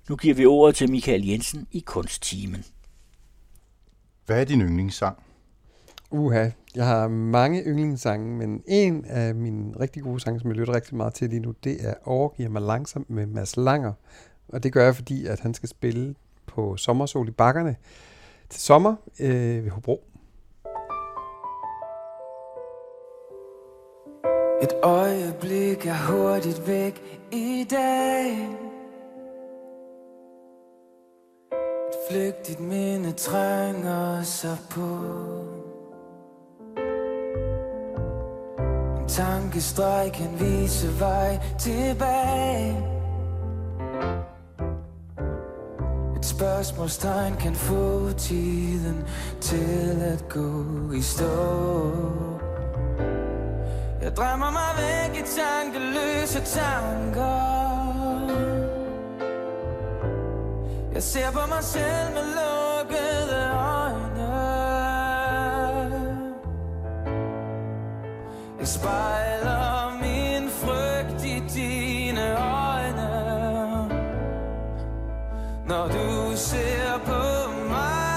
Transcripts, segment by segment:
Nu giver vi ordet til Michael Jensen i Kunsttimen. Hvad er din yndlingssang? Jeg har mange yndlingssange, men en af mine rigtig gode sange, som jeg lytter rigtig meget til lige nu, det er Overgiver mig langsomt med Mads Langer. Og det gør jeg, fordi at han skal spille på Sommersol i Bakkerne til sommer ved Hobro. Et øjeblik er hurtigt væk i dag. Et flygtigt minde trænger sig på. En tankestreg kan vise vej tilbage. Et spørgsmålstegn kan få tiden til at gå i stå. Jeg drømmer mig væk i tankeløse tanker. Jeg ser på mig selv med lukkede øjne. Jeg spejler min frygt i dine øjne. Når du ser på mig,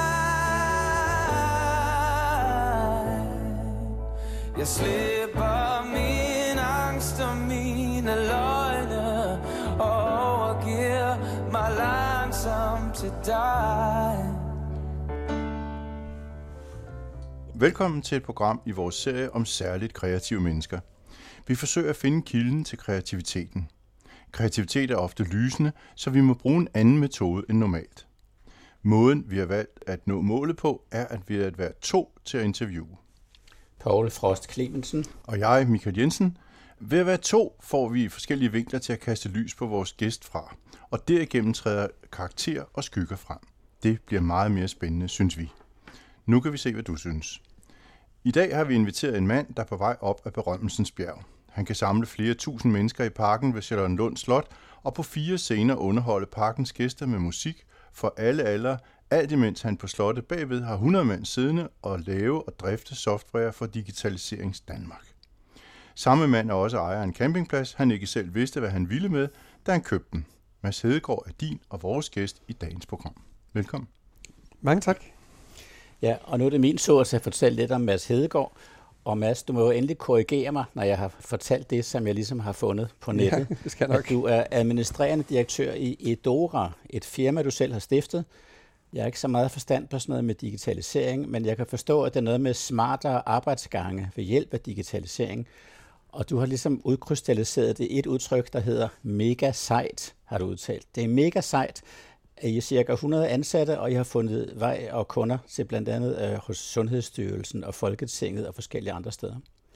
jeg slipper min angst og mine løgne og overgiver mig langsomt til dig. Velkommen til et program i vores serie om særligt kreative mennesker. Vi forsøger at finde kilden til kreativiteten. Kreativitet er ofte lysende, så vi må bruge en anden metode end normalt. Måden, vi har valgt at nå målet på, er, at vi er at være 2 til at interviewe. Poul Frost Clemensen. Og jeg, Michael Jensen. Ved at være 2 får vi forskellige vinkler til at kaste lys på vores gæst fra, og derigennem træder karakter og skygger frem. Det bliver meget mere spændende, synes vi. Nu kan vi se, hvad du synes. I dag har vi inviteret en mand, der er på vej op ad berømmelsens bjerg. Han kan samle flere tusind mennesker i parken ved Charlottenlund Slot, og på 4 scener underholde parkens gæster med musik for alle aldre, alt imens han på slottet bagved har 100 mænd siddende og lave og drifte software for Digitaliserings Danmark. Samme mand er også ejer af en campingplads, han ikke selv vidste, hvad han ville med, da han købte den. Mads Hedegaard er din og vores gæst i dagens program. Velkommen. Mange tak. Ja, og nu er det min tur til at fortælle lidt om Mads Hedegaard. Og Mads, du må jo endelig korrigere mig, når jeg har fortalt det, som jeg ligesom har fundet på nettet. Ja, det skal nok. At du er administrerende direktør i Edora, et firma, du selv har stiftet. Jeg har ikke så meget forstand på sådan noget med digitalisering, men jeg kan forstå, at det er noget med smartere arbejdsgange ved hjælp af digitalisering. Og du har ligesom udkrystalliseret det et udtryk, der hedder mega sejt, har du udtalt. Det er mega sejt, at I er cirka 100 ansatte, og I har fundet vej og kunder til blandt andet hos Sundhedsstyrelsen og Folketinget og forskellige andre steder.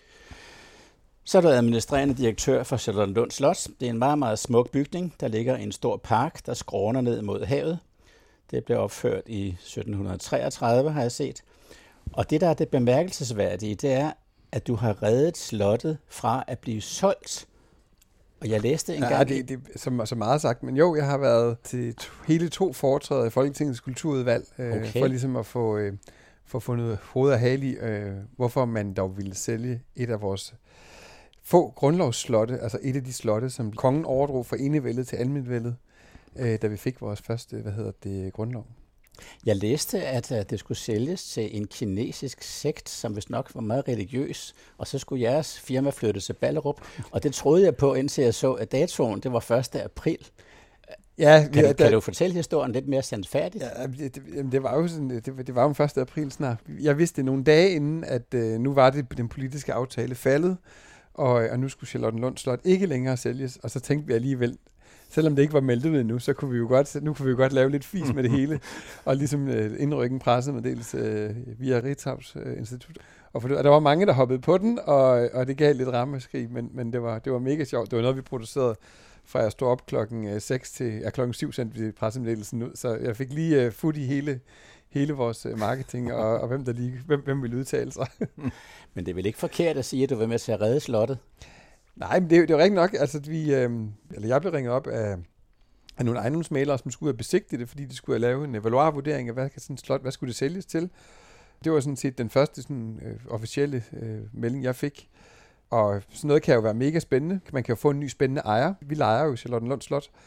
Så er du administrerende direktør for Charlottenlund Slot. Det er en meget, meget smuk bygning. Der ligger en stor park, der skråner ned mod havet. Det blev opført i 1733, har jeg set. Og det, der er det bemærkelsesværdige, det er, at du har reddet slottet fra at blive solgt. Og jeg læste en gang... det er så meget sagt, men jo, jeg har været til hele 2 foretræder i Folketingets kulturudvalg, for ligesom at få fundet hoved og hale i, hvorfor man dog ville sælge et af vores få grundlovsslotte, altså et af de slotte, som kongen overdrog fra enevældet til almenvældet, da vi fik vores første, grundlov. Jeg læste, at det skulle sælges til en kinesisk sekt, som vist nok var meget religiøs, og så skulle jeres firma flytte til Ballerup, og det troede jeg på, indtil jeg så, at datoen, det var 1. april. Ja, kan du fortælle historien lidt mere sandfærdigt? Ja, det var jo sådan, det var jo 1. april snart. Jeg vidste nogle dage inden, at nu var det den politiske aftale faldet, og nu skulle Charlottenlund Slot ikke længere sælges, og så tænkte vi alligevel, selvom det ikke var meldt ud endnu, så kunne vi jo godt lave lidt fis med det hele, og ligesom indrykke en pressemeddelelse via Ritzaus Institut. Og der var mange, der hoppede på den, og det gav lidt rammeskrig, men det var mega sjovt. Det var noget, vi producerede fra jeg stod op klokken 6 til klokken 7 sendte vi pressemeddelelsen ud, så jeg fik lige fut i hele vores marketing, og hvem ville udtale sig. Men det er vel ikke forkert at sige, at du vil med til at redde slottet? Nej, men det er rigtigt nok. Altså, jeg blev ringet op af nogle ejendomsmælere, som skulle have besigtet det, fordi de skulle have lavet en evaluarvurdering af, hvad skulle det sælges til. Det var sådan set den første officielle melding, jeg fik. Og sådan noget kan jo være mega spændende. Man kan jo få en ny spændende ejer. Vi lejer jo Charlottenlund Slot.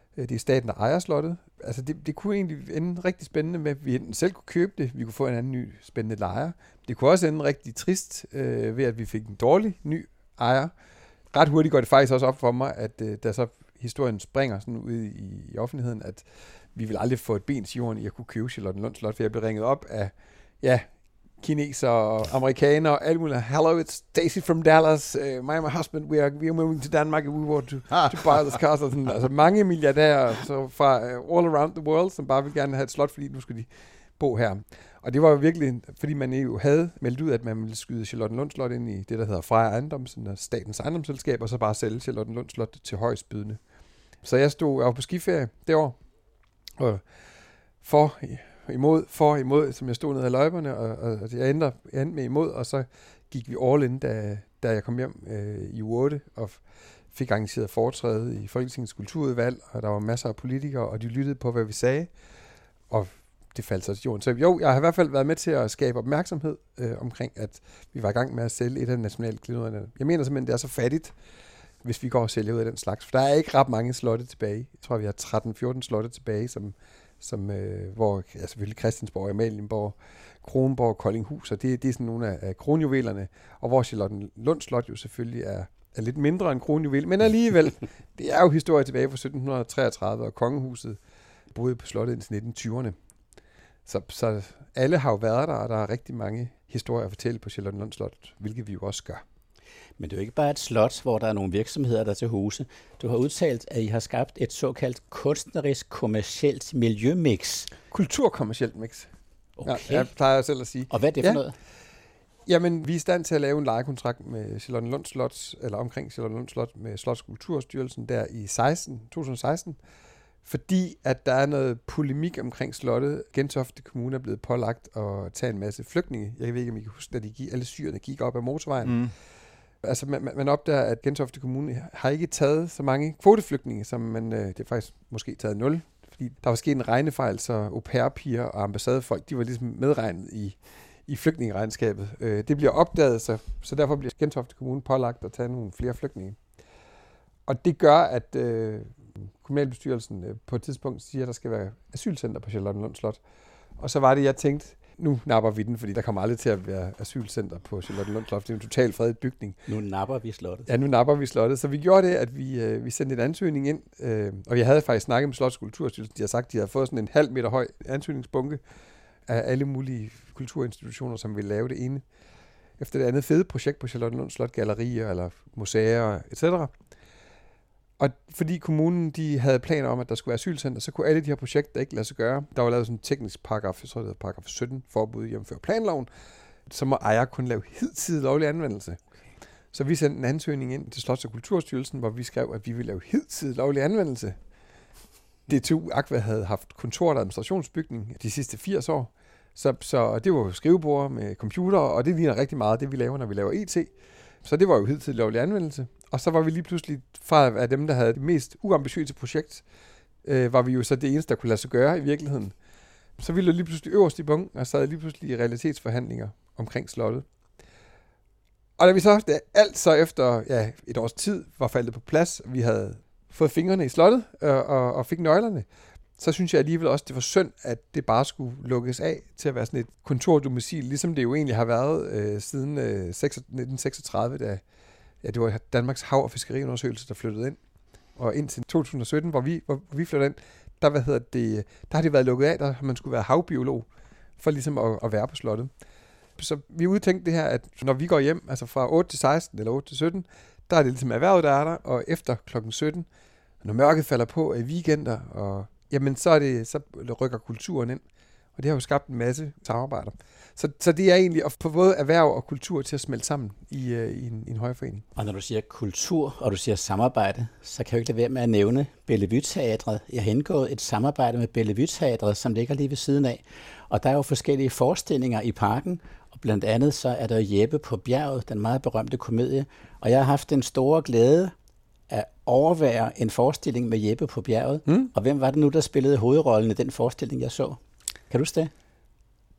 Det er staten, der ejer slottet. Altså det kunne egentlig ende rigtig spændende med, at vi enten selv kunne købe det, vi kunne få en anden ny spændende lejer. Det kunne også ende rigtig trist ved, at vi fik en dårlig ny ejer. Ret hurtigt går det faktisk også op for mig, at der så historien springer sådan ud i offentligheden, at vi vil aldrig få et ben til jorden i at kunne købe Charlottenlund Slot, for jeg blev ringet op af kineser og amerikanere og alt muligt. Hello, it's Stacy from Dallas. My and my husband, we are moving to Denmark and we want to buy this castle. Sådan, altså mange milliardærer så fra all around the world, som bare vil gerne have et slot, fordi nu skal de bo her. Og det var jo virkelig, fordi man jo havde meldt ud, at man ville skyde Charlottenlund Slot ind i det, der hedder Freja Ejendom, sådan statens ejendomsselskab, og så bare sælge Charlottenlund Slot til højstbydende. Så jeg var på skiferie det år, og for imod, som jeg stod nede af løjperne, og jeg endte med imod, og så gik vi all in, da jeg kom hjem i uge 8, og fik arrangeret foretræde i Folketingets kulturudvalg, og der var masser af politikere, og de lyttede på, hvad vi sagde, og det faldt så til jorden. Så jo, jeg har i hvert fald været med til at skabe opmærksomhed omkring, at vi var i gang med at sælge et af de nationale klinoderne. Jeg mener simpelthen, det er så fattigt, hvis vi går og sælger ud af den slags, for der er ikke ret mange slotte tilbage. Jeg tror, vi har 13-14 slotte tilbage, hvor selvfølgelig Christiansborg, Amalienborg, Kronborg, Koldinghus, og det er sådan nogle af kronjuvelerne, og hvor Charlottenlund Slot jo selvfølgelig er lidt mindre end kronjuvel, men alligevel, det er jo historie tilbage fra 1733, og kongehuset boede på slottet indtil 1920'erne. Så alle har jo været der, og der er rigtig mange historier at fortælle på Charlottenlund Slot, hvilket vi jo også gør. Men det er jo ikke bare et slot, hvor der er nogle virksomheder, der er til huse. Du har udtalt, at I har skabt et såkaldt kunstnerisk kommercielt miljømix. Kulturkommercielt mix. Okay. Ja, jeg plejer selv at sige. Og hvad er det for noget? Jamen, vi er i stand til at lave en lejekontrakt med Charlottenlund Slot, eller omkring Charlottenlund Slot med Slots- og Kulturstyrelsen der i 2016, fordi at der er noget polemik omkring slottet. Gentofte Kommune er blevet pålagt at tage en masse flygtninge. Jeg ved ikke, om I kan huske, at alle syrerne gik op ad motorvejen. Altså, man opdager, at Gentofte Kommune har ikke taget så mange kvoteflygtninge, som man, det er faktisk måske taget 0, fordi der var sket en regnefejl, så au pair-piger og ambassadefolk, de var ligesom medregnet i flygtningeregnskabet. Det bliver opdaget, så derfor bliver Gentofte Kommune pålagt at tage nogle flere flygtninge. Og det gør, at kommunalbestyrelsen på et tidspunkt siger, at der skal være asylcenter på Charlottenlund Slot. Og så var det, jeg tænkte, nu napper vi den, fordi der kommer aldrig til at være asylcenter på Charlottenlund Slot. Det er en totalt fredet bygning. Nu napper vi slottet. Ja, nu napper vi slottet. Så vi gjorde det, at vi sendte en ansøgning ind, og jeg havde faktisk snakket med Slots- og Kulturstyrelsen. De har sagt, at de havde fået sådan en 0,5 meter høj ansøgningsbunke af alle mulige kulturinstitutioner, som ville lave det ene efter det andet fede projekt på Charlottenlund Slot, gallerier eller museer, etc. Og fordi kommunen de havde planer om, at der skulle være asylcenter, så kunne alle de her projekter ikke lade sig gøre. Der var lavet sådan en teknisk paragraf, jeg tror det hedder paragraf 17, forbud jævnfør planloven, så må ejer kun lave hidtidig lovlig anvendelse. Så vi sendte en ansøgning ind til Slots- og Kulturstyrelsen, hvor vi skrev, at vi ville lave hidtidig lovlig anvendelse. DTU Aqua havde haft kontor- og administrationsbygning de sidste 80 år, så det var jo skrivebord med computer, og det ligner rigtig meget det, vi laver, når vi laver IT. Så det var jo hidtidig lovlig anvendelse. Og så var vi lige pludselig fra af dem, der havde det mest uambitiøse projekt, var vi jo så det eneste, der kunne lade sig gøre i virkeligheden. Så vi lå lige pludselig øverst i bunken, og sad lige pludselig i realitetsforhandlinger omkring slottet. Og da vi så, alt så efter et års tid var faldet på plads, vi havde fået fingrene i slottet og fik nøglerne, så synes jeg alligevel også, det var synd, at det bare skulle lukkes af til at være sådan et kontordomicil, ligesom det jo egentlig har været siden 1936, da det var Danmarks Hav- og Fiskeriundersøgelse, der flyttede ind. Og indtil 2017, hvor vi flyttede ind, der har det været lukket af, der har man skulle være havbiolog, for ligesom at være på slottet. Så vi udtænkte det her, at når vi går hjem, altså fra 8 til 16 eller 8 til 17, der er det ligesom erhvervet, der er der, og efter klokken 17, når mørket falder på i weekender, og jamen så rykker kulturen ind. Og det har jo skabt en masse samarbejder. Så det er egentlig at få både erhverv og kultur til at smelte sammen i en højforening. Og når du siger kultur, og du siger samarbejde, så kan jeg jo ikke lade være med at nævne Bellevue-teatret. Jeg har indgået et samarbejde med Bellevue-teatret, som ligger lige ved siden af. Og der er jo forskellige forestillinger i parken, og blandt andet så er der Jeppe på bjerget, den meget berømte komedie. Og jeg har haft den store glæde at overvære en forestilling med Jeppe på bjerget. Og hvem var det nu, der spillede hovedrollen i den forestilling, jeg så? Kan du huske det?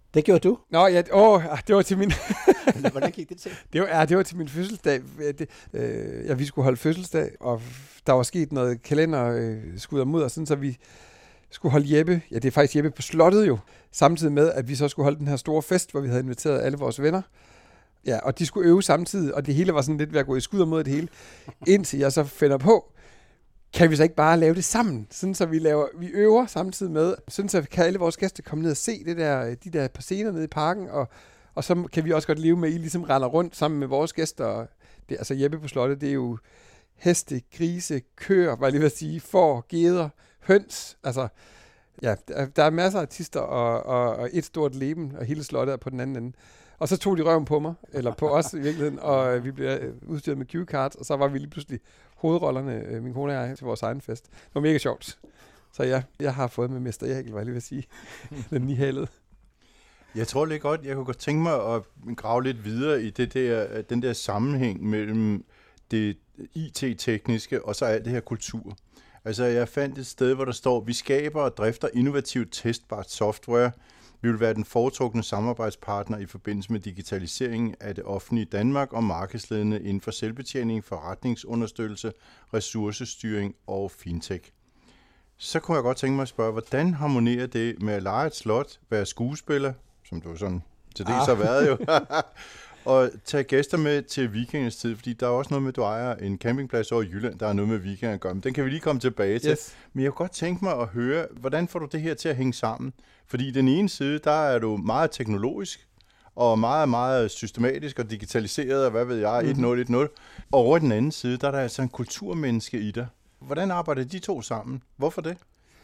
Det gjorde du? Nå, ja, det var til min... Hvordan gik det til? Det var til min fødselsdag. Vi skulle holde fødselsdag, og der var sket noget kalenderskud og mudder, sådan så vi skulle holde Jeppe. Ja, det er faktisk Jeppe på slottet jo. Samtidig med, at vi så skulle holde den her store fest, hvor vi havde inviteret alle vores venner. Ja, og de skulle øve samtidig, og det hele var sådan lidt ved at gå i skud og mod det hele. Indtil jeg så finder på, kan vi så ikke bare lave det sammen? Sådan så vi øver samtidig med, sådan så kan alle vores gæster komme ned og se de der par scener nede i parken, og så kan vi også godt leve med, at I ligesom render rundt sammen med vores gæster. Det, altså Jeppe på slottet, det er jo heste, grise, køer, var jeg lige ved at sige, får, geder, høns. Altså, ja, der er masser af artister og et stort leben, og hele slottet er på den anden ende. Og så tog de røven på mig, eller på os i virkeligheden, og vi blev udstyret med cue cards, og så var vi lige pludselig hovedrollerne, min kone og jeg, til vores egen fest. Det var mega sjovt. Så ja, jeg har fået med Mester Erik, var jeg lige ved at sige. Den nihalede. Jeg tror lidt godt, jeg kunne godt tænke mig at grave lidt videre i den der sammenhæng mellem det IT-tekniske og så alt det her kultur. Altså, jeg fandt et sted, hvor der står, vi skaber og drifter innovativt testbart software. Vi vil være den foretrukne samarbejdspartner i forbindelse med digitaliseringen af det offentlige Danmark og markedsledende inden for selvbetjening, forretningsunderstøttelse, ressourcestyring og fintech. Så kunne jeg godt tænke mig at spørge, hvordan harmonerer det med at lege et slot, være skuespiller, som du sådan til det så har været jo, og tage gæster med til weekendens tid, fordi der er også noget med, at du ejer en campingplads over i Jylland, der er noget med weekenden at gøre, men den kan vi lige komme tilbage til. Yes. Men jeg kunne godt tænke mig at høre, hvordan får du det her til at hænge sammen? Fordi i den ene side, der er du meget teknologisk, og meget, meget systematisk og digitaliseret, og hvad ved jeg, 1-0. Og over i den anden side, der er der altså en kulturmenneske i dig. Hvordan arbejder de to sammen? Hvorfor det?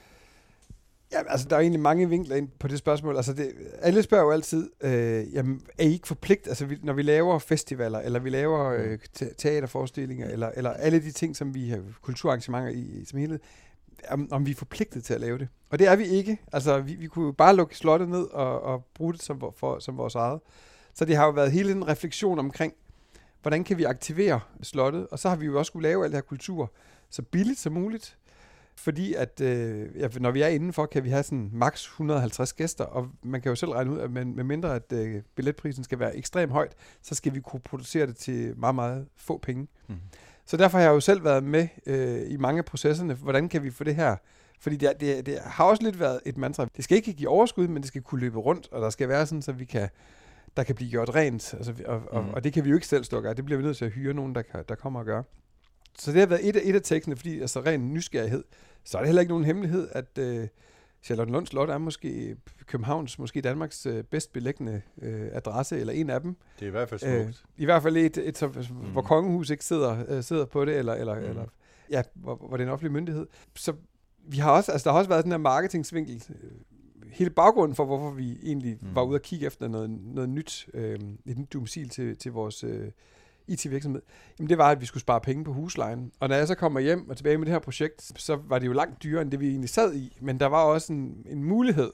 Ja, altså der er egentlig mange vinkler ind på det spørgsmål. Altså alle spørger jo altid, jamen, er I ikke forpligtet, altså når vi laver festivaler, eller vi laver teaterforestillinger, eller alle de ting, som vi har kulturarrangementer i som helhed, om vi er forpligtet til at lave det. Og det er vi ikke. Altså vi kunne bare lukke slottet ned og bruge det som vores eget. Så det har jo været hele en refleksion omkring, hvordan kan vi aktivere slottet, og så har vi jo også skulle lave alt det her kultur så billigt som muligt. Fordi at når vi er indenfor, kan vi have sådan maks 150 gæster, og man kan jo selv regne ud, at med mindre at billetprisen skal være ekstremt højt, så skal vi kunne producere det til meget, meget få penge. Så derfor har jeg jo selv været med i mange af processerne. Hvordan kan vi få det her? Fordi det har også lidt været et mantra. Det skal ikke give overskud, men det skal kunne løbe rundt, og der skal være sådan, så der kan blive gjort rent. Altså, og det kan vi jo ikke selv stå og gøre. Det bliver vi nødt til at hyre nogen, der kommer og gøre. Så det har været et af tekstene, fordi altså ren nysgerrighed, så er det heller ikke nogen hemmelighed, at Charlottenlund Slot er måske Københavns, måske Danmarks bedst beliggende adresse, eller en af dem. Det er i hvert fald smukt. I hvert fald hvor kongehus ikke sidder på det, eller ja, hvor det er en offentlig myndighed. Så vi har også, altså der har også været den her marketingsvinkel, hele baggrunden for, hvorfor vi egentlig var ude at kigge efter noget nyt, et nyt domicil til vores IT-virksomhed, jamen det var, at vi skulle spare penge på huslejen. Og når jeg så kommer hjem og tilbage med det her projekt, så var det jo langt dyrere, end det vi egentlig sad i. Men der var også en mulighed.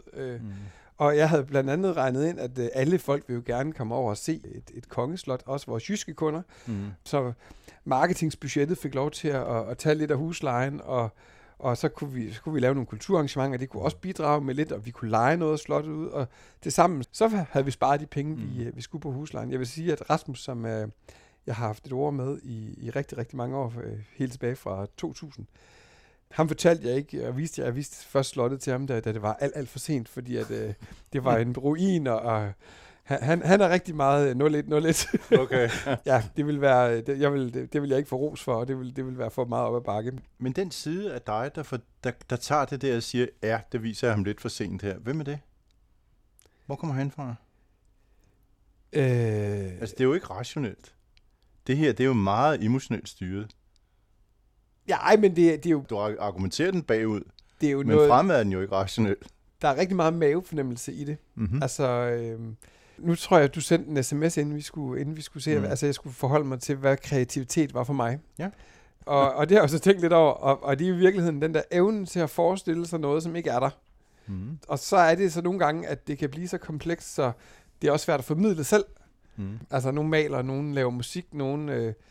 Og jeg havde blandt andet regnet ind, at alle folk vil jo gerne komme over og se et kongeslot, også vores jyske kunder. Så marketingsbudgettet fik lov til at tage lidt af huslejen, og så kunne vi lave nogle kulturarrangementer, det kunne også bidrage med lidt, og vi kunne leje noget af slottet ud, og det sammen, så havde vi sparet de penge, vi skulle på huslejen. Jeg vil sige, at Rasmus, som jeg har haft et ord med i rigtig, rigtig mange år, helt tilbage fra 2000. Ham fortalte jeg ikke, og jeg viste først slottet til ham, da det var alt for sent, fordi at, det var en ruin, og han er rigtig meget 0-1. Okay. Ja, det vil være, det vil jeg ikke få ros for, og det vil være for meget op ad bakke. Men den side af dig, der tager det der og siger, ja, det viser jeg ham lidt for sent her. Hvem er det? Hvor kommer han fra? Altså, det er jo ikke rationelt. Det her, det er jo meget emotionelt styret. Ja, ej, men det er jo... Du argumenterer den bagud, det er jo men noget, fremad er den jo ikke rationelt. Der er rigtig meget mavefornemmelse i det. Altså, nu tror jeg, at du sendte en sms, inden vi skulle se, altså jeg skulle forholde mig til, hvad kreativitet var for mig. Ja. Og det har jeg så tænkt lidt over, og det er i virkeligheden den der evne til at forestille sig noget, som ikke er der. Og så er det så nogle gange, at det kan blive så komplekst, så det er også svært at formidle selv. Altså, nogle maler, nogle laver musik, nogle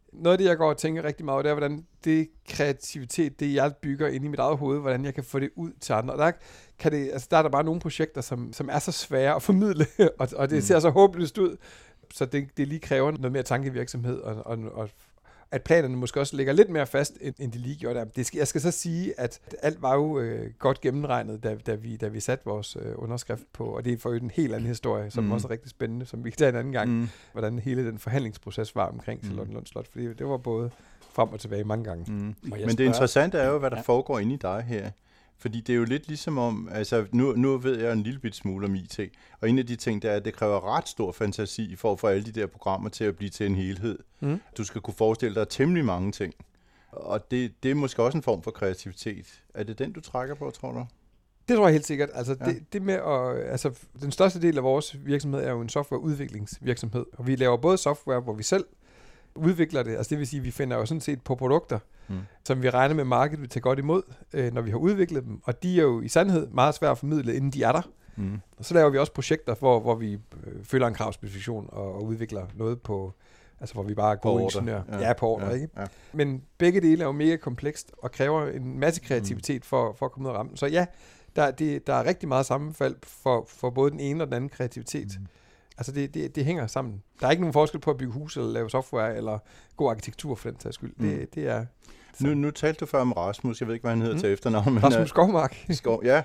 noget af det, jeg går og tænker rigtig meget over, det er, hvordan det kreativitet, det jeg bygger inde i mit eget hoved, hvordan jeg kan få det ud til andre. Og der er der bare nogle projekter, som er så svære at formidle, og det ser så håbløst ud, så det lige kræver noget mere tankevirksomhed, og at planerne måske også ligger lidt mere fast, end de lige gjorde der. Jeg skal så sige, at alt var jo godt gennemregnet, da vi satte vores underskrift på, og det er for en helt anden historie, som også er rigtig spændende, som vi kan tage en anden gang, hvordan hele den forhandlingsproces var omkring Charlottenlund Slot, fordi det var både frem og tilbage mange gange. Men det interessante er jo, hvad der foregår inde i dig her. Fordi det er jo lidt ligesom om, altså nu ved jeg en lille bit smule om IT, og en af de ting, der er, at det kræver ret stor fantasi for at få alle de der programmer til at blive til en helhed. Du skal kunne forestille dig temmelig mange ting, og det er måske også en form for kreativitet. Er det den, du trækker på, tror du? Det tror jeg helt sikkert. Altså, det med den største del af vores virksomhed er jo en softwareudviklingsvirksomhed, og vi laver både software, hvor vi selv udvikler det, altså det vil sige, at vi finder jo sådan set på produkter, som vi regner med markedet vil tage godt imod, når vi har udviklet dem, og de er jo i sandhed meget svære at formidle, inden de er der. Og så laver vi også projekter, hvor vi følger en kravspecifikation og udvikler noget på, altså hvor vi bare er gode ingeniører. Ja, på ordre, ikke? Ja. Men begge dele er jo mega komplekst og kræver en masse kreativitet for at komme ud af rammen. Så ja, der er rigtig meget sammenfald for både den ene og den anden kreativitet. Altså det hænger sammen. Der er ikke nogen forskel på at bygge hus eller lave software eller god arkitektur for den sags skyld. Det er... Nu talte du før om Rasmus, jeg ved ikke, hvad han hedder til efternavn. Men Rasmus Skovmark. Ja,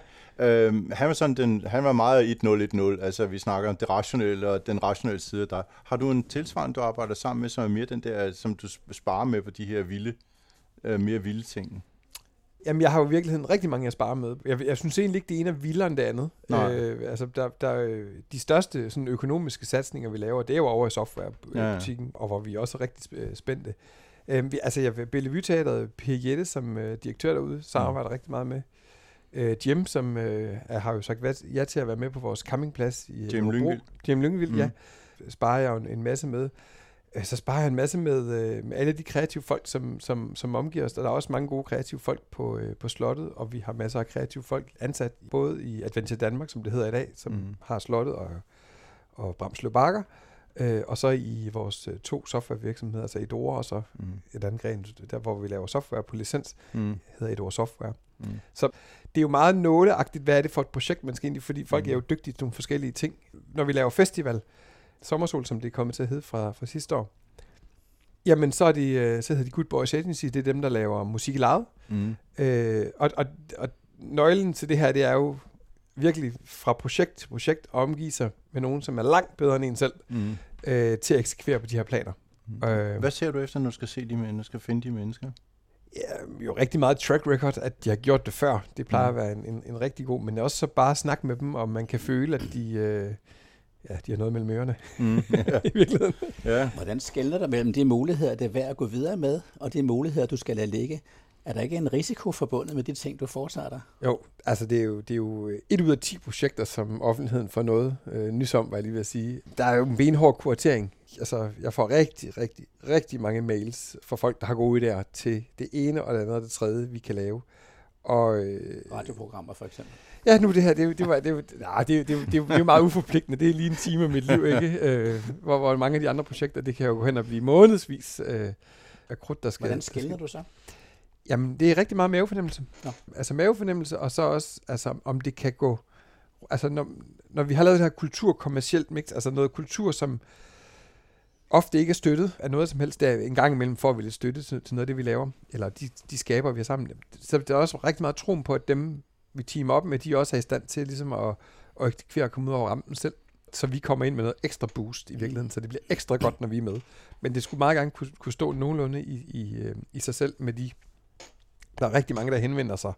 han var meget 1-0-1-0, altså vi snakker om det rationelle og den rationelle side der. Har du en tilsvarende, du arbejder sammen med, som er mere den der, som du sparer med på de her mere vilde ting? Jamen, jeg har jo i virkeligheden rigtig mange, jeg sparer med. Jeg synes egentlig ikke, det ene er vildere end det andet. Altså, der de største sådan, økonomiske satsninger, vi laver, det er jo over i softwarebutikken, og hvor vi også er rigtig spændte. Bellevue Teatret, Per Jette, som direktør derude, samarbejder rigtig meget med. Jim, som har jo sagt ja til at være med på vores campingplads i Jim Lyngvild, ja. Sparer jeg jo en masse med. Så sparer jeg en masse med alle de kreative folk, som omgiver os. Og der er også mange gode kreative folk på slottet, og vi har masser af kreative folk ansat, både i Adventure Danmark, som det hedder i dag, som har slottet og Bramslev Bakker, og så i vores 2 softwarevirksomheder, altså Edora og så et andet gren, der hvor vi laver software på licens, hedder Edora Software. Så det er jo meget nåleagtigt, hvad er det for et projekt, man skal ind i, fordi folk er jo dygtige til nogle forskellige ting. Når vi laver festival, Sommersol, som det er kommet til at hedde fra sidste år, jamen så hedder de Good Boys Agency, det er dem, der laver musik i live. Og nøglen til det her, det er jo virkelig fra projekt til projekt at omgive sig med nogen, som er langt bedre end en selv, til at eksekvere på de her planer. Hvad ser du efter, når du skal se de mennesker, skal finde de mennesker? Ja, jo rigtig meget track record, at de har gjort det før. Det plejer at være en rigtig god, men også så bare snakke med dem, og man kan føle, at de har noget mellem ørerne i virkeligheden. Ja. Hvordan skelner der mellem de muligheder, det er værd at gå videre med, og de muligheder, du skal lade ligge? Er der ikke en risiko forbundet med de ting, du foretager dig? Jo, altså det er jo 1 ud af 10 projekter, som offentligheden får noget nys om, hvad jeg lige vil sige. Der er jo en benhård kuratering. Altså, jeg får rigtig mange mails fra folk, der har gode idéer til det ene og det andet og det tredje, vi kan lave. Og radioprogrammer for eksempel. Ja, nu det her, det er jo meget uforpligtende. Det er lige en time af mit liv, ikke? Hvor mange af de andre projekter, det kan jo gå hen og blive månedsvis af krudt, der skal... Hvordan skelner du så? Jamen, det er rigtig meget mavefornemmelse. Nå. Altså mavefornemmelse, og så også, altså, om det kan gå... Altså, når vi har lavet det her kultur-kommercielt mix, altså noget kultur, som ofte ikke er støttet af noget som helst, der en gang imellem får vi lidt støtte til noget af det, vi laver, eller de skaber, vi har sammen. Så der er også rigtig meget troen på, at dem, vi teamer op med, de også er i stand til ligesom at eksekvere og komme ud over rampen selv. Så vi kommer ind med noget ekstra boost i virkeligheden, så det bliver ekstra godt, når vi er med. Men det skulle meget gerne kunne stå nogenlunde i sig selv med de... Der er rigtig mange, der henvender sig,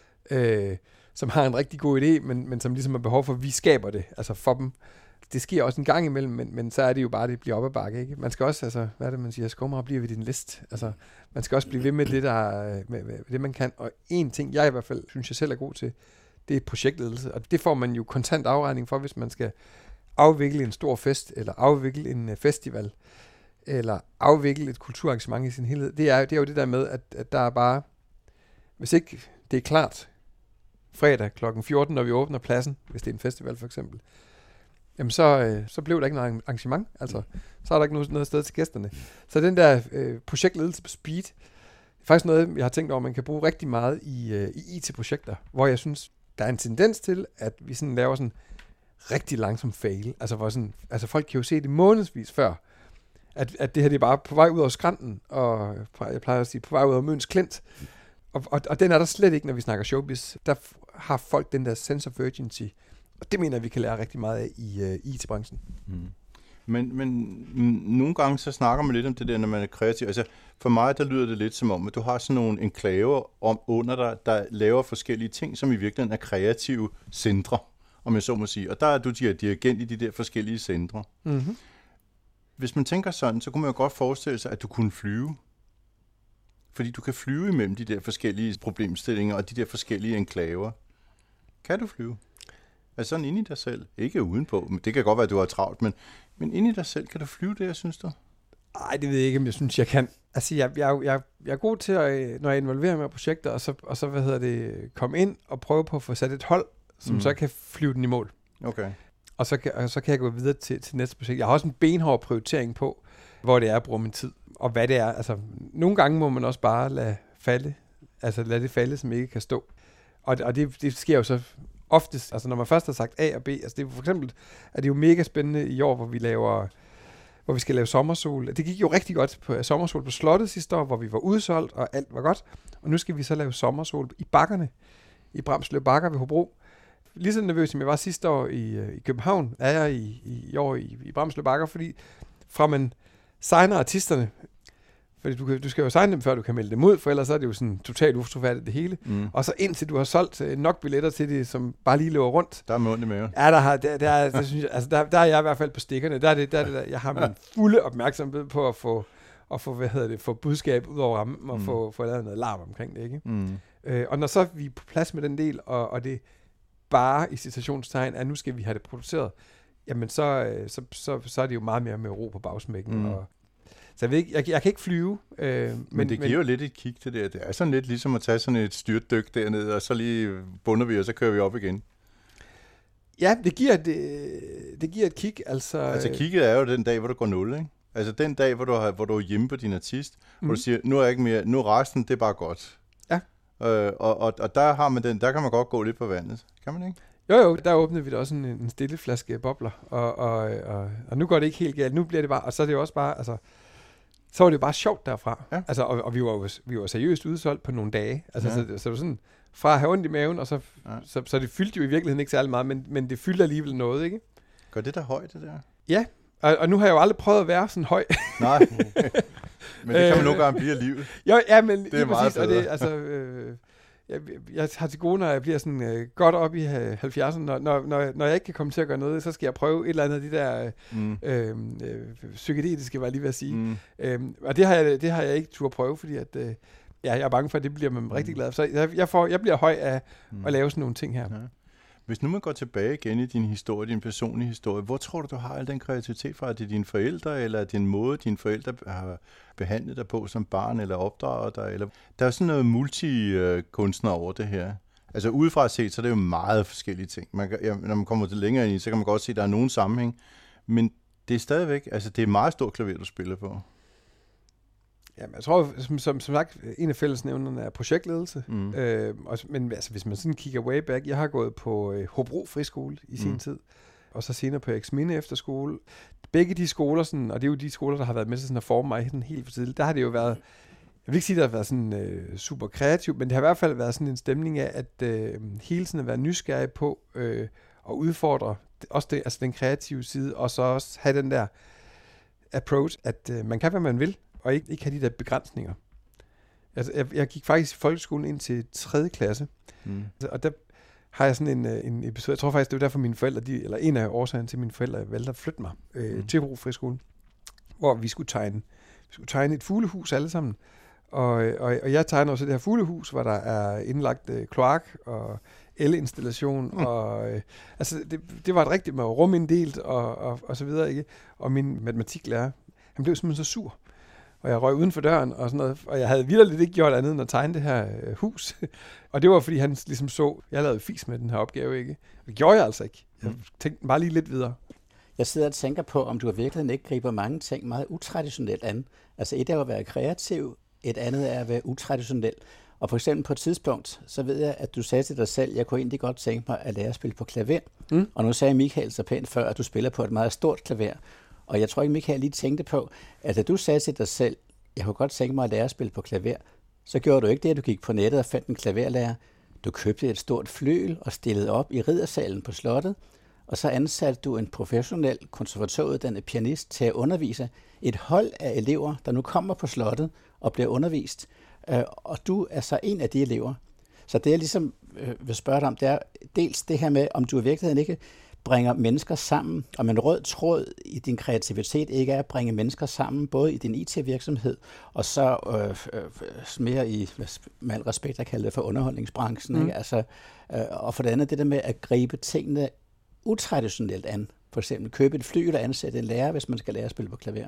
som har en rigtig god idé, men som ligesom har behov for, at vi skaber det, altså for dem. Det sker også en gang imellem, men så er det jo bare, det bliver op ad bakke, ikke? Man skal også, altså, hvad er det, man siger, skummer bliver ved din list. Altså, man skal også blive ved med det, med det, man kan. Og en ting, jeg i hvert fald synes, jeg selv er god til, det er projektledelse. Og det får man jo kontant afregning for, hvis man skal afvikle en stor fest, eller afvikle en festival, eller afvikle et kulturarrangement i sin helhed. Det er jo det der med, at der er bare, hvis ikke det er klart, fredag kl. 14, når vi åbner pladsen, hvis det er en festival for eksempel, jamen så blev der ikke noget arrangement. Altså, så er der ikke noget sted til gæsterne. Så den der projektledelse på speed, er faktisk noget, jeg har tænkt over, man kan bruge rigtig meget i IT-projekter, hvor jeg synes, der er en tendens til, at vi sådan laver sådan rigtig langsom fail. Altså, hvor sådan, altså folk kan jo se det månedsvis før, at det her det er bare på vej ud over skrænten, og jeg plejer at sige, på vej ud over Møns Klint. Og den er der slet ikke, når vi snakker showbiz. Der har folk den der sense of urgency, og det mener jeg, vi kan lære rigtig meget af i IT-branchen. Men nogle gange så snakker man lidt om det der, når man er kreativ. Altså for mig, der lyder det lidt som om, at du har sådan nogle enklaver under dig, der laver forskellige ting, som i virkeligheden er kreative centre, om jeg så må sige. Og der er du dirigent i de der forskellige centre. Mm-hmm. Hvis man tænker sådan, så kunne man jo godt forestille sig, at du kunne flyve. Fordi du kan flyve imellem de der forskellige problemstillinger og de der forskellige enklaver. Kan du flyve? Altså sådan inde i dig selv. Ikke udenpå. Det kan godt være, at du har travlt, men inde i dig selv, kan du flyve det, synes du? Nej, det ved jeg ikke, om jeg synes, jeg kan. Altså, jeg er god til, at, når jeg involverer mig i projekter, og så komme ind og prøve på at få sat et hold, som så kan flyve den i mål. Okay. Og så kan jeg gå videre til næste projekt. Jeg har også en benhård prioritering på, hvor det er at bruge min tid, og hvad det er. Altså, nogle gange må man også bare lade det falde, som ikke kan stå. Og det sker jo så oftest, altså når man først har sagt A og B, altså det er for eksempel, at det er jo mega spændende i år, hvor vi skal lave sommersol. Det gik jo rigtig godt på sommersol på Slottet sidste år, hvor vi var udsolgt, og alt var godt. Og nu skal vi så lave sommersol i bakkerne, i Bramslev Bakker ved Hobro. Lige så nervøs, som jeg var sidste år i København, er jeg i år i Bramslev Bakker, fordi fra man signer artisterne, fordi du skal jo signe dem, før du kan melde dem ud, for ellers er det jo sådan totalt utroværdigt det hele. Og så indtil du har solgt nok billetter til det, som bare lige løber rundt. Der er med ondt i maven. Ja, der synes jeg, altså der er jeg i hvert fald på stikkerne. Der er det der, jeg har min fulde opmærksomhed på at få budskab ud over rammen, og få lavet noget larm omkring det, ikke? Og når så vi er på plads med den del, og det bare i citationstegn, at nu skal vi have det produceret, jamen så er det jo meget mere med ro på bagsmækken, så jeg ved ikke, jeg kan ikke flyve. Men det giver jo lidt et kick til det. Det er sådan lidt ligesom at tage sådan et styrtdyk dernede, og så lige bunder vi, og så kører vi op igen. Ja, det giver et kick. Altså kicket er jo den dag, hvor du går 0, ikke? Altså den dag, hvor du er hjemme på din artist, hvor du siger, nu er jeg ikke mere, nu er resten, det er bare godt. Ja. Og der har man der kan man godt gå lidt på vandet. Kan man ikke? Jo, der åbnede vi da også en stille flaske bobler, og nu går det ikke helt galt. Nu bliver det bare, og så er det jo også bare, altså, så var det jo bare sjovt derfra. Ja. Altså, og vi var seriøst udsolgt på nogle dage. Altså, så det var sådan, fra at have ondt i maven, og så det fyldte jo i virkeligheden ikke særlig meget, men det fyldte alligevel noget, ikke? Gør det der højt, det der? Ja, og nu har jeg jo aldrig prøvet at være sådan høj. Nej, men det kan man nogle gange blive af livet. Jo, ja, men det er meget præcis, og det, altså... Jeg har til gode, når jeg bliver sådan godt op i 70'erne, når jeg ikke kan komme til at gøre noget, så skal jeg prøve et eller andet af de der psykedeliske, var jeg lige ved at sige. Og det har jeg ikke tur at prøve, fordi at, jeg er bange for, at det bliver man rigtig glad for. Så jeg bliver høj af at lave sådan nogle ting her. Ja. Hvis nu man går tilbage igen i din historie, din personlige historie, hvor tror du har al den kreativitet fra? Er det dine forældre, eller er det en måde, dine forældre har behandlet dig på som barn, eller opdraget dig? Eller... Der er sådan noget multikunstner over det her. Altså udefra set, så er det jo meget forskellige ting. Når man kommer til længere ind i, så kan man godt se, at der er nogen sammenhæng. Men det er stadigvæk, altså det er meget stort klaver, du spiller på. Jamen, jeg tror, som sagt, en af fællesnævnerne er projektledelse. Men altså, hvis man sådan kigger way back, jeg har gået på Hobro Friskole i sin tid, og så senere på Eksminde Efterskole. Begge de skoler, sådan, og det er jo de skoler, der har været med til sådan at forme mig sådan helt for tidligt, der har det jo været, jeg vil ikke sige, at det har været sådan super kreativt, men det har i hvert fald været sådan en stemning af, at hele tiden at være nysgerrig på at udfordre også det, altså den kreative side, og så også have den der approach, at man kan, hvad man vil, og ikke have de der begrænsninger. Altså, jeg gik faktisk i folkeskolen ind til 3. klasse, og der har jeg sådan en episode, jeg tror faktisk, det var derfor mine forældre, eller en af årsagerne til mine forældre valgte at flytte mig til Hobro Friskole, hvor vi skulle tegne et fuglehus alle sammen, og jeg tegner også det her fuglehus, hvor der er indlagt kloak og elinstallation, og altså det var et rigtigt med ruminddelt og så videre, ikke? Og min matematiklærer, han blev simpelthen så sur, og jeg røg uden for døren og sådan noget, og jeg havde vitterligt ikke gjort andet end at tegne det her hus. Og det var, fordi han ligesom så, jeg lavede fis med den her opgave, ikke? Og det gjorde jeg altså ikke. Jeg tænkte bare lige lidt videre. Jeg sidder og tænker på, om du i virkeligheden ikke griber mange ting meget utraditionelt an. Altså et er at være kreativ, et andet er at være utraditionel. Og for eksempel på et tidspunkt, så ved jeg, at du sagde til dig selv, jeg kunne egentlig godt tænke mig at lære at spille på klaver. Og nu sagde Michael så pænt før, at du spiller på et meget stort klaver. Og jeg tror ikke, Michael lige tænkte på, at da du sagde til dig selv, jeg kunne godt tænke mig at lære at spille på klaver, så gjorde du ikke det, at du gik på nettet og fandt en klaverlærer. Du købte et stort flygel og stillede op i riddersalen på slottet, og så ansatte du en professionel konservatoruddannet pianist til at undervise et hold af elever, der nu kommer på slottet og bliver undervist. Og du er så en af de elever. Så det jeg ligesom vil spørge dig om, det er dels det her med, om du i virkeligheden ikke bringer mennesker sammen, om en rød tråd i din kreativitet ikke er at bringe mennesker sammen, både i din IT-virksomhed, og så mere i, med al respekt, jeg kalder det for underholdningsbranchen. Ikke? Altså, og for det andet, det der med at gribe tingene utraditionelt an. For eksempel købe et flygel og ansætte en lærer, hvis man skal lære at spille på klaver.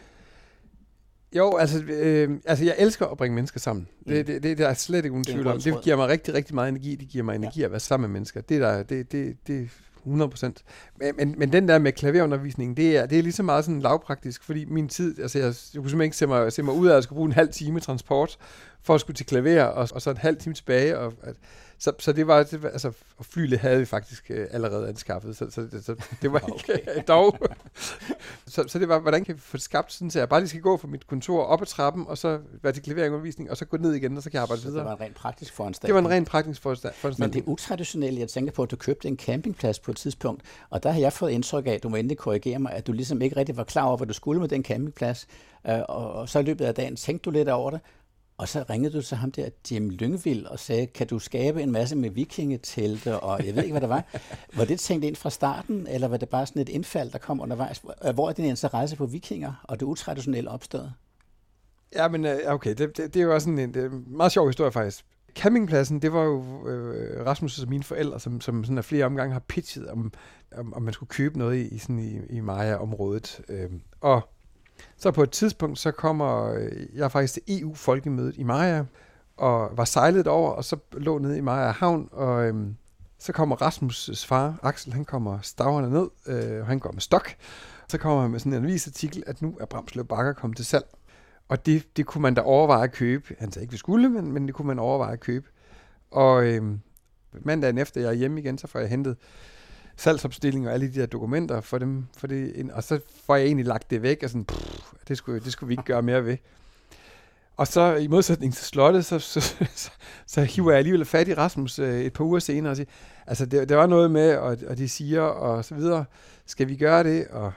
Jo, altså jeg elsker at bringe mennesker sammen. Det er slet ikke uden tvivl om. Det giver mig rigtig, rigtig meget energi. Det giver mig energi at være sammen med mennesker. Det er 100%. Men den der med klaverundervisning, det er lige så meget sådan lavpraktisk, fordi min tid, altså jeg kunne simpelthen ikke se mig ud af, at jeg skulle bruge en halv time transport for at skulle til klaver, og så en halv time tilbage. Så det var, altså flylet havde vi faktisk allerede anskaffet, så det var ikke dog. Så det var, hvordan kan vi få det skabt sådan, så jeg bare lige skal gå fra mit kontor op ad trappen, og så være til klaverundervisning, og så gå ned igen, og så kan jeg arbejde videre. Det var en rent praktisk foranstaltning. Det var en rent praktisk foranstaltning. Men det er utraditionelt, jeg tænker på, at du købte en campingplads på et tidspunkt, og der har jeg fået indtryk af, at du må endelig korrigere mig, at du ligesom ikke rigtig var klar over, hvad du skulle med den campingplads, og så i løbet af dagen tænkte du lidt over det, og så ringede du til ham der, Jim Lyngvild, og sagde, kan du skabe en masse med vikingetelte, og jeg ved ikke, hvad det var. Var det tænkt ind fra starten, eller var det bare sådan et indfald, der kom undervejs? Hvor er din interesse på vikinger, og det utraditionelle opstået? Ja, men okay, det er jo også sådan en meget sjov historie faktisk. Campingpladsen, det var jo Rasmus og mine forældre, som sådan af flere omgange har pitchet, om man skulle købe noget i Maja-området. Og så på et tidspunkt, så kommer jeg faktisk til EU-folkemødet i Maja, og var sejlet over, og så lå nede i Maja Havn, og så kommer Rasmus' far, Axel, han kommer staverne ned, og han går med stok. Så kommer han med sådan en avisartikel, at nu er Bramslev Bakker kommet til salg. Og det kunne man da overveje at købe. Han sagde ikke, vi skulle, men det kunne man overveje at købe. Og mandagen efter jeg er hjemme igen, så får jeg hentet salgsopstilling og alle de der dokumenter for dem, og så får jeg egentlig lagt det væk, og sådan, det skulle vi ikke gøre mere ved. Og så i modsætning til slottet, så hiver jeg alligevel fat i Rasmus et par uger senere og siger, altså det var noget med, og de siger, og så videre, skal vi gøre det, og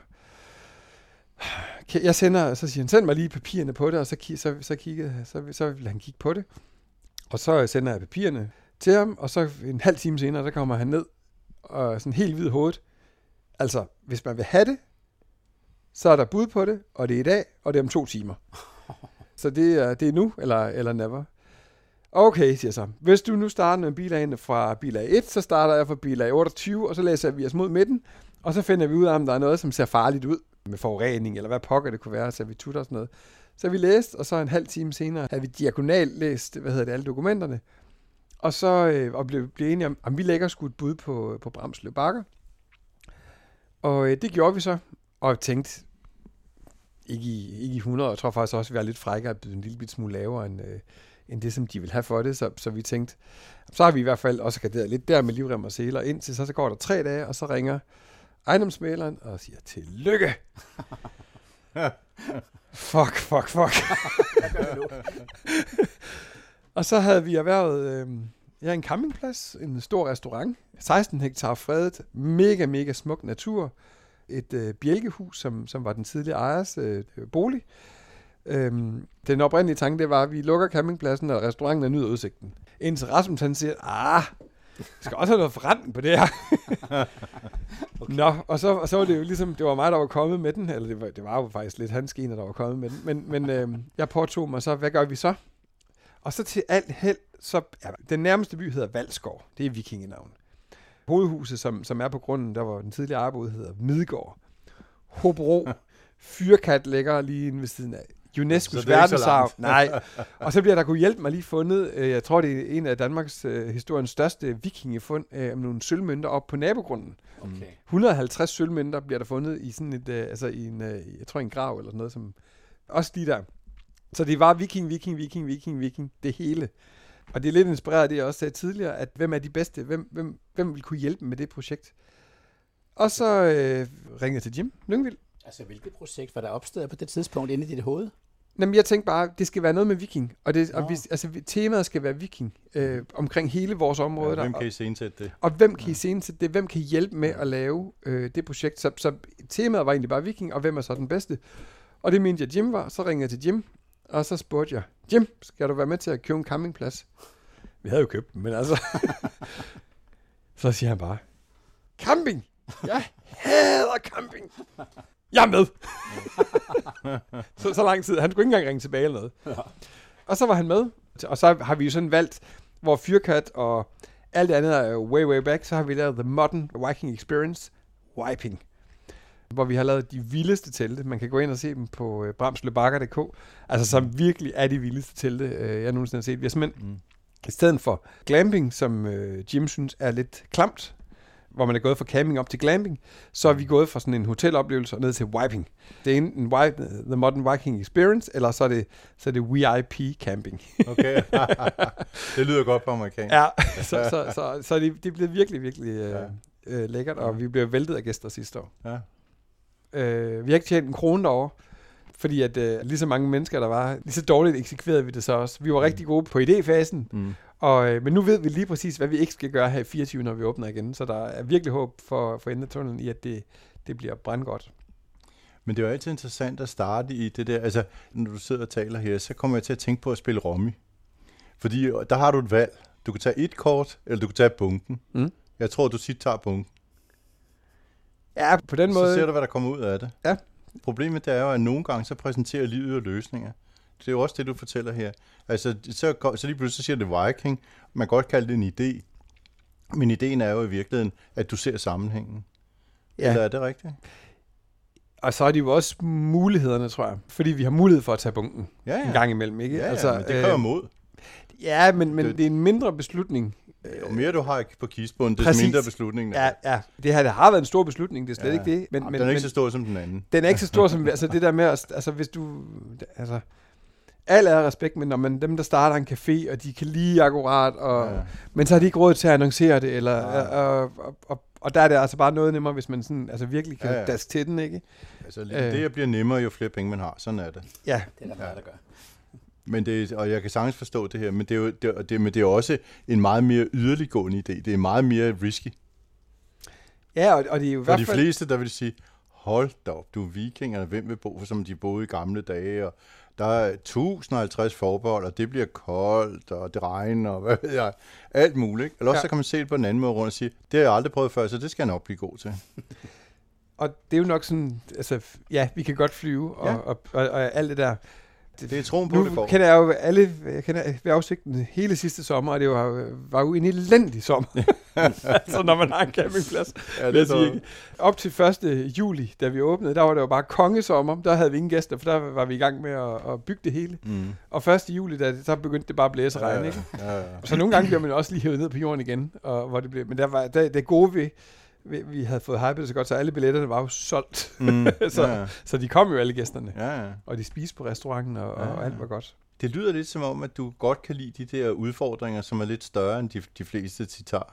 jeg sender, så siger han, send mig lige papirerne på det, og så vil han kigge på det, og så sender jeg papirerne til ham, og så en halv time senere, der kommer han ned, og sådan helt hvid hovedet. Altså, hvis man vil have det, så er der bud på det, og det er i dag, og det er om 2 timer. Så det er nu, eller never. Okay, siger så. Hvis du nu starter med bilagene fra bilag 1, så starter jeg fra bilag 28, og så læser vi os mod midten, og så finder vi ud af, om der er noget, som ser farligt ud, med forurening, eller hvad pokker det kunne være, så vi tutter og sådan noget. Så vi læste, og så en halv time senere havde vi diagonalt læst, alle dokumenterne, og så blev enige om vi lægger sgu et bud på Bramslev Bakker. Og det gjorde vi så, og tænkte, ikke i 100, jeg tror faktisk også, at vi var lidt frækkere at byde en lille bit smule lavere, end det, som de vil have for det. Så vi tænkte, så har vi i hvert fald også garderet lidt der med livrem og seler, indtil så går der 3 dage, og så ringer ejendomsmæleren og siger, tillykke! Fuck. Og så havde vi erhvervet en campingplads, en stor restaurant, 16 hektar fredet, mega smuk natur, et bjælkehus, som var den tidligere ejers bolig. Den oprindelige tanke, det var, at vi lukker campingpladsen og restauranten og nyder udsigten. Indtil Rasmus han siger, vi skal også have noget forretning på det her. Okay. Nå, og så var det jo ligesom, det var mig, der var kommet med den, eller det var jo faktisk lidt hans gener, der var kommet med den, men jeg påtog mig så, hvad gør vi så? Og så til alt held, så den nærmeste by hedder Valskov, det er vikingenavn. Hovedhuset, som er på grunden, der var den tidligere arbejde, hedder Midgård. Hobro, Fyrkat ligger lige inde ved siden af. UNESCO's verdensarv. Nej. Og så bliver der kunne hjælpe mig lige fundet, jeg tror det er en af Danmarks historiens største vikingefund, om nogle sølvmønter op på nabogrunden. Okay. 150 sølvmønter bliver der fundet i sådan et, jeg tror en grav eller sådan noget, som også lige der. Så det var viking, det hele. Og det er lidt inspireret af det, jeg også sagde tidligere, at hvem er de bedste, hvem vil kunne hjælpe med det projekt. Og så ringede jeg til Jim Lyngvild. Altså, hvilket projekt var der opstået på det tidspunkt inde i dit hoved? Jamen, jeg tænkte bare, det skal være noget med viking, og temaet skal være viking omkring hele vores område. Ja, hvem kan I iscenesætte det? Og hvem kan I iscenesætte det? Hvem kan hjælpe med at lave det projekt? Så temaet var egentlig bare viking, og hvem er så den bedste? Og det mente jeg, Jim var. Så ringede jeg til Jim, og så spurgte jeg, Jim, skal du være med til at købe en campingplads? Vi havde jo købt den, men altså... Så siger han bare, camping! Jeg hader camping! Jeg er med! så lang tid. Han skulle ikke engang ringe tilbage eller noget. Ja. Og så var han med. Og så har vi jo sådan valgt, hvor Fyrkat og alt det andet er way back, så har vi lavet The Modern Viking Experience Wiping. Hvor vi har lavet de vildeste telte. Man kan gå ind og se dem på bramslebakker.dk. Altså som virkelig er de vildeste telte, jeg nogensinde har set. Vi har simpelthen, i stedet for glamping, som Jim synes er lidt klamt, hvor man er gået fra camping op til glamping, så er vi gået fra sådan en hoteloplevelse og ned til wiping. Det er enten The Modern Viking Experience, eller så er det VIP camping. Okay, det lyder godt på amerikansk. Ja, så det blev virkelig lækkert, og vi blev væltet af gæster sidste år. Ja. Vi har ikke tjent en krone derovre, fordi at lige så mange mennesker der var, lige så dårligt eksekverede vi det så også. Vi var rigtig gode på idéfasen, men nu ved vi lige præcis, hvad vi ikke skal gøre her i 24, når vi åbner igen. Så der er virkelig håb for enden af tunnelen i, at det bliver brandgodt. Men det er jo altid interessant at starte i det der, altså når du sidder og taler her, så kommer jeg til at tænke på at spille rummy. Fordi der har du et valg. Du kan tage et kort, eller du kan tage bunken. Jeg tror, du tit tager bunken. Ja, på den måde. Så ser du, hvad der kommer ud af det. Ja. Problemet det er jo, at nogle gange så præsenterer livet jo løsninger. Det er jo også det, du fortæller her. Altså, så lige pludselig siger det Viking. Man kan godt kalde det en idé. Men ideen er jo i virkeligheden, at du ser sammenhængen. Ja. Eller er det rigtigt? Og så er det jo også mulighederne, tror jeg. Fordi vi har mulighed for at tage bunken en gang imellem, ikke? Ja, altså, men det kræver mod. Ja, men det er en mindre beslutning. Jo mere du har på kistebunden, desto mindre beslutningen. Ja. Det har været en stor beslutning, det er slet ikke det. Men den er ikke så stor som den anden. Den er ikke så stor som, altså det der med, altså hvis du, altså, al er respekt, men når dem, der starter en café, og de kan lige akkurat, men så har de ikke råd til at annoncere det, eller, og der er det altså bare noget nemmere, hvis man sådan, altså virkelig kan daske til den, ikke? Altså det bliver nemmere, jo flere penge man har, sådan er det. Ja. Det er der meget, der gør. Men og jeg kan sagtens forstå det her, men det er jo også en meget mere yderliggående idé. Det er meget mere risky. Ja, og det er jo i hvert fald... For de fleste, der vil sige, hold da op, du er vikingerne, hvem vil bo, som de boede i gamle dage, og der er 1050 forbehold, og det bliver koldt, og det regner, og hvad ved jeg, alt muligt. Ikke? Eller også så kan man se det på den anden måde rundt og sige, det har jeg aldrig prøvet før, så det skal jeg nok blive god til. Og det er jo nok sådan, altså, ja, vi kan godt flyve, og alt det der... Det er troen på det for. Nu kender jeg kender vejrudsigten hele sidste sommer, og det var jo en elendig sommer. Så når man har en campingplads. Ja, det sige, op til 1. juli, da vi åbnede, der var det jo bare kongesommer. Der havde vi ingen gæster, for der var vi i gang med at bygge det hele. Og 1. juli, så begyndte det bare at blæse og regne. Ikke? Ja. Så nogle gange bliver man også lige hævet ned på jorden igen. Og hvor det blev. Men der var det gode ved, vi havde fået hypet så godt, så alle billetterne var jo solgt. Så de kom jo alle gæsterne. Og de spiste på restauranten, og alt var godt. Det lyder lidt som om, at du godt kan lide de der udfordringer, som er lidt større end de fleste tager.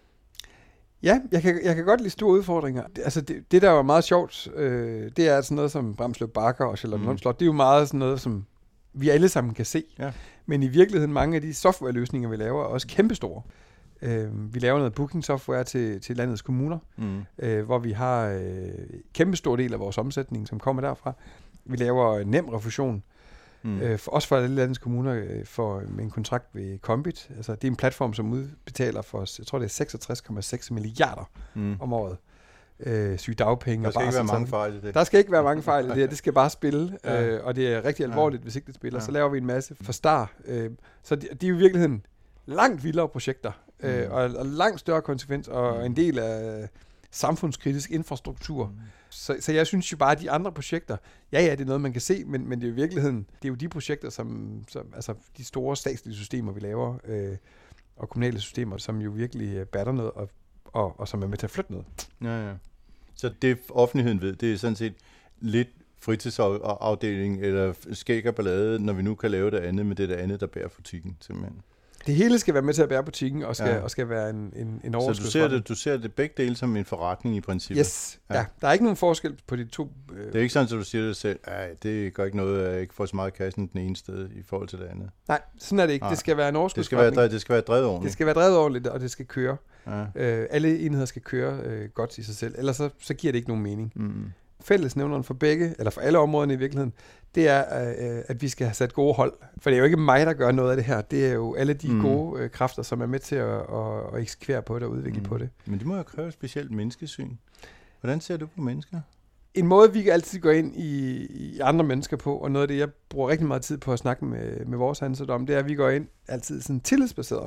Ja, jeg kan godt lide store udfordringer. Altså det der var meget sjovt, det er sådan noget som Bramslev Bakker og Charlottenlund Slot. Det er jo meget sådan noget, som vi alle sammen kan se. Ja. Men i virkeligheden, mange af de softwareløsninger, vi laver, er også kæmpestore. Vi laver noget booking software til landets kommuner, hvor vi har kæmpe stor del af vores omsætning, som kommer derfra. Vi laver nem refusion, også for alle landets kommuner med en kontrakt ved Kombit. Altså, det er en platform, som udbetaler for, jeg tror det er 66,6 milliarder om året. Sygedagpenge. Der skal ikke være mange fejl i det. Der skal ikke være mange fejl i det. Det skal bare spille, og det er rigtig alvorligt, hvis ikke det spiller. Så laver vi en masse for start. Så de er jo i virkeligheden langt vildere projekter, og langt større konsekvens, og en del af samfundskritisk infrastruktur. Så jeg synes jo bare, at de andre projekter, ja, det er noget, man kan se, men det er jo i virkeligheden, det er jo de projekter, som altså de store statslige systemer, vi laver, og kommunale systemer, som jo virkelig batter noget, og som er med til at flytte noget. Ja. Så det offentligheden ved, det er sådan set lidt fritidsafdeling eller skæg og ballade, når vi nu kan lave det andet med det der andet, der bærer butikken, simpelthen. Det hele skal være med til at bære butikken, og skal være en overskud. Så du ser det begge dele som en forretning i princippet? Yes, ja. Der er ikke nogen forskel på de to. Det er ikke sådan, at du siger det selv, det gør ikke noget, at jeg ikke får så meget i kassen den ene sted i forhold til det andet. Nej, sådan er det ikke. Det skal være en overskudsforretning. Det skal være drevet ordentligt. Det skal være drevet ordentligt, og det skal køre. Ja. Alle enheder skal køre godt i sig selv, ellers så giver det ikke nogen mening. Fællesnævneren for begge, eller for alle områderne i virkeligheden, det er, at vi skal have sat gode hold. For det er jo ikke mig, der gør noget af det her. Det er jo alle de gode kræfter, som er med til at eksekvere på det og udvikle på det. Men det må jo kræve et specielt menneskesyn. Hvordan ser du på mennesker? En måde, vi kan altid gå ind i andre mennesker på, og noget af det, jeg bruger rigtig meget tid på at snakke med vores ansatte om, det er, at vi går ind altid sådan tillidsbaseret.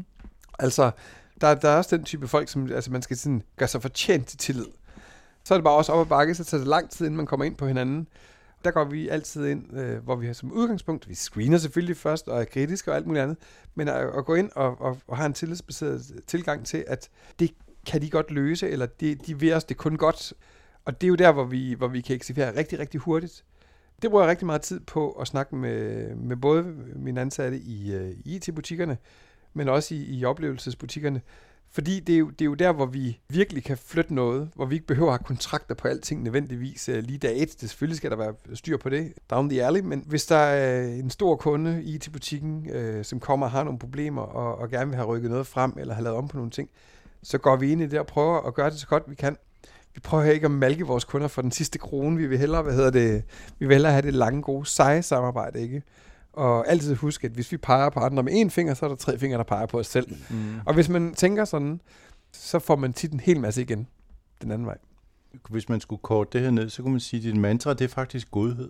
Altså, der er også den type folk, som man skal sådan gøre sig fortjent til tillid. Så er det bare også op ad bakke, så tager det lang tid, inden man kommer ind på hinanden. Der går vi altid ind, hvor vi har som udgangspunkt, vi screener selvfølgelig først, og er kritiske og alt muligt andet, men at gå ind og have en tillidsbaseret tilgang til, at det kan de godt løse, eller de vil os det kun godt. Og det er jo der, hvor vi kan eksekvere rigtig, rigtig hurtigt. Det bruger jeg rigtig meget tid på at snakke med både mine ansatte i IT-butikkerne, men også i oplevelsesbutikkerne. Fordi det er jo der, hvor vi virkelig kan flytte noget, hvor vi ikke behøver at have kontrakter på alting nødvendigvis lige dag et. Det selvfølgelig skal der være styr på det, down the alley, men hvis der er en stor kunde i IT-butikken, som kommer og har nogle problemer og gerne vil have rykket noget frem, eller have lavet om på nogle ting, så går vi ind i det og prøver at gøre det så godt vi kan. Vi prøver ikke at malke vores kunder for den sidste krone. Vi vil hellere, vi vil hellere have det lange, gode, seje samarbejde, ikke? Og altid huske, at hvis vi peger på andre med en finger, så er der 3 fingre, der peger på os selv. Og hvis man tænker sådan, så får man tit en hel masse igen den anden vej. Hvis man skulle korte det her ned, så kunne man sige, at dit mantra, det er faktisk godhed.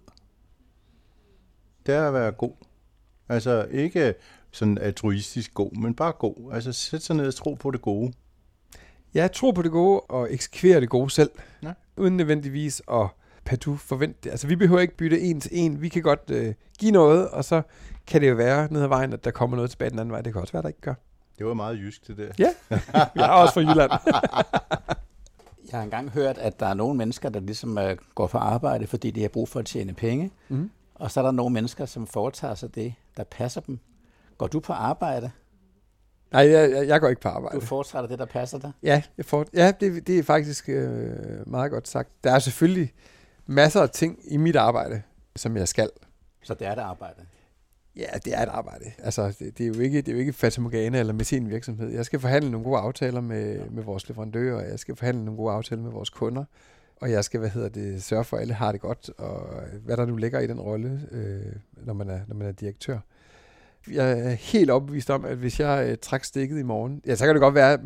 Det er at være god. Altså ikke sådan altruistisk god, men bare god. Altså sæt sig ned og tro på det gode. Ja, tro på det gode og eksekvere det gode selv. Ja. Uden nødvendigvis at partout forvente det. Altså vi behøver ikke bytte en til en. Vi kan godt give noget, og så kan det jo være ned ad vejen, at der kommer noget tilbage den anden vej. Det kan også være, der ikke gør. Det var meget jysk, det der. Ja, jeg er også fra Jylland. Jeg har engang hørt, at der er nogle mennesker, der ligesom går på arbejde, fordi de har brug for at tjene penge. Og så er der nogle mennesker, som foretager sig det, der passer dem. Går du på arbejde? Nej, jeg går ikke på arbejde. Du foretager dig det, der passer dig? Ja, det er faktisk meget godt sagt. Der er selvfølgelig masser af ting i mit arbejde, som jeg skal. Så det er et arbejde? Ja, det er et arbejde. Altså, det er jo ikke fatamorgana eller med sin virksomhed. Jeg skal forhandle nogle gode aftaler med vores leverandører, og jeg skal forhandle nogle gode aftaler med vores kunder, og jeg skal, sørge for, at alle har det godt, og hvad der nu ligger i den rolle, når man er direktør. Jeg er helt overbevist om, at hvis jeg trækker stikket i morgen, ja, så kan det godt være,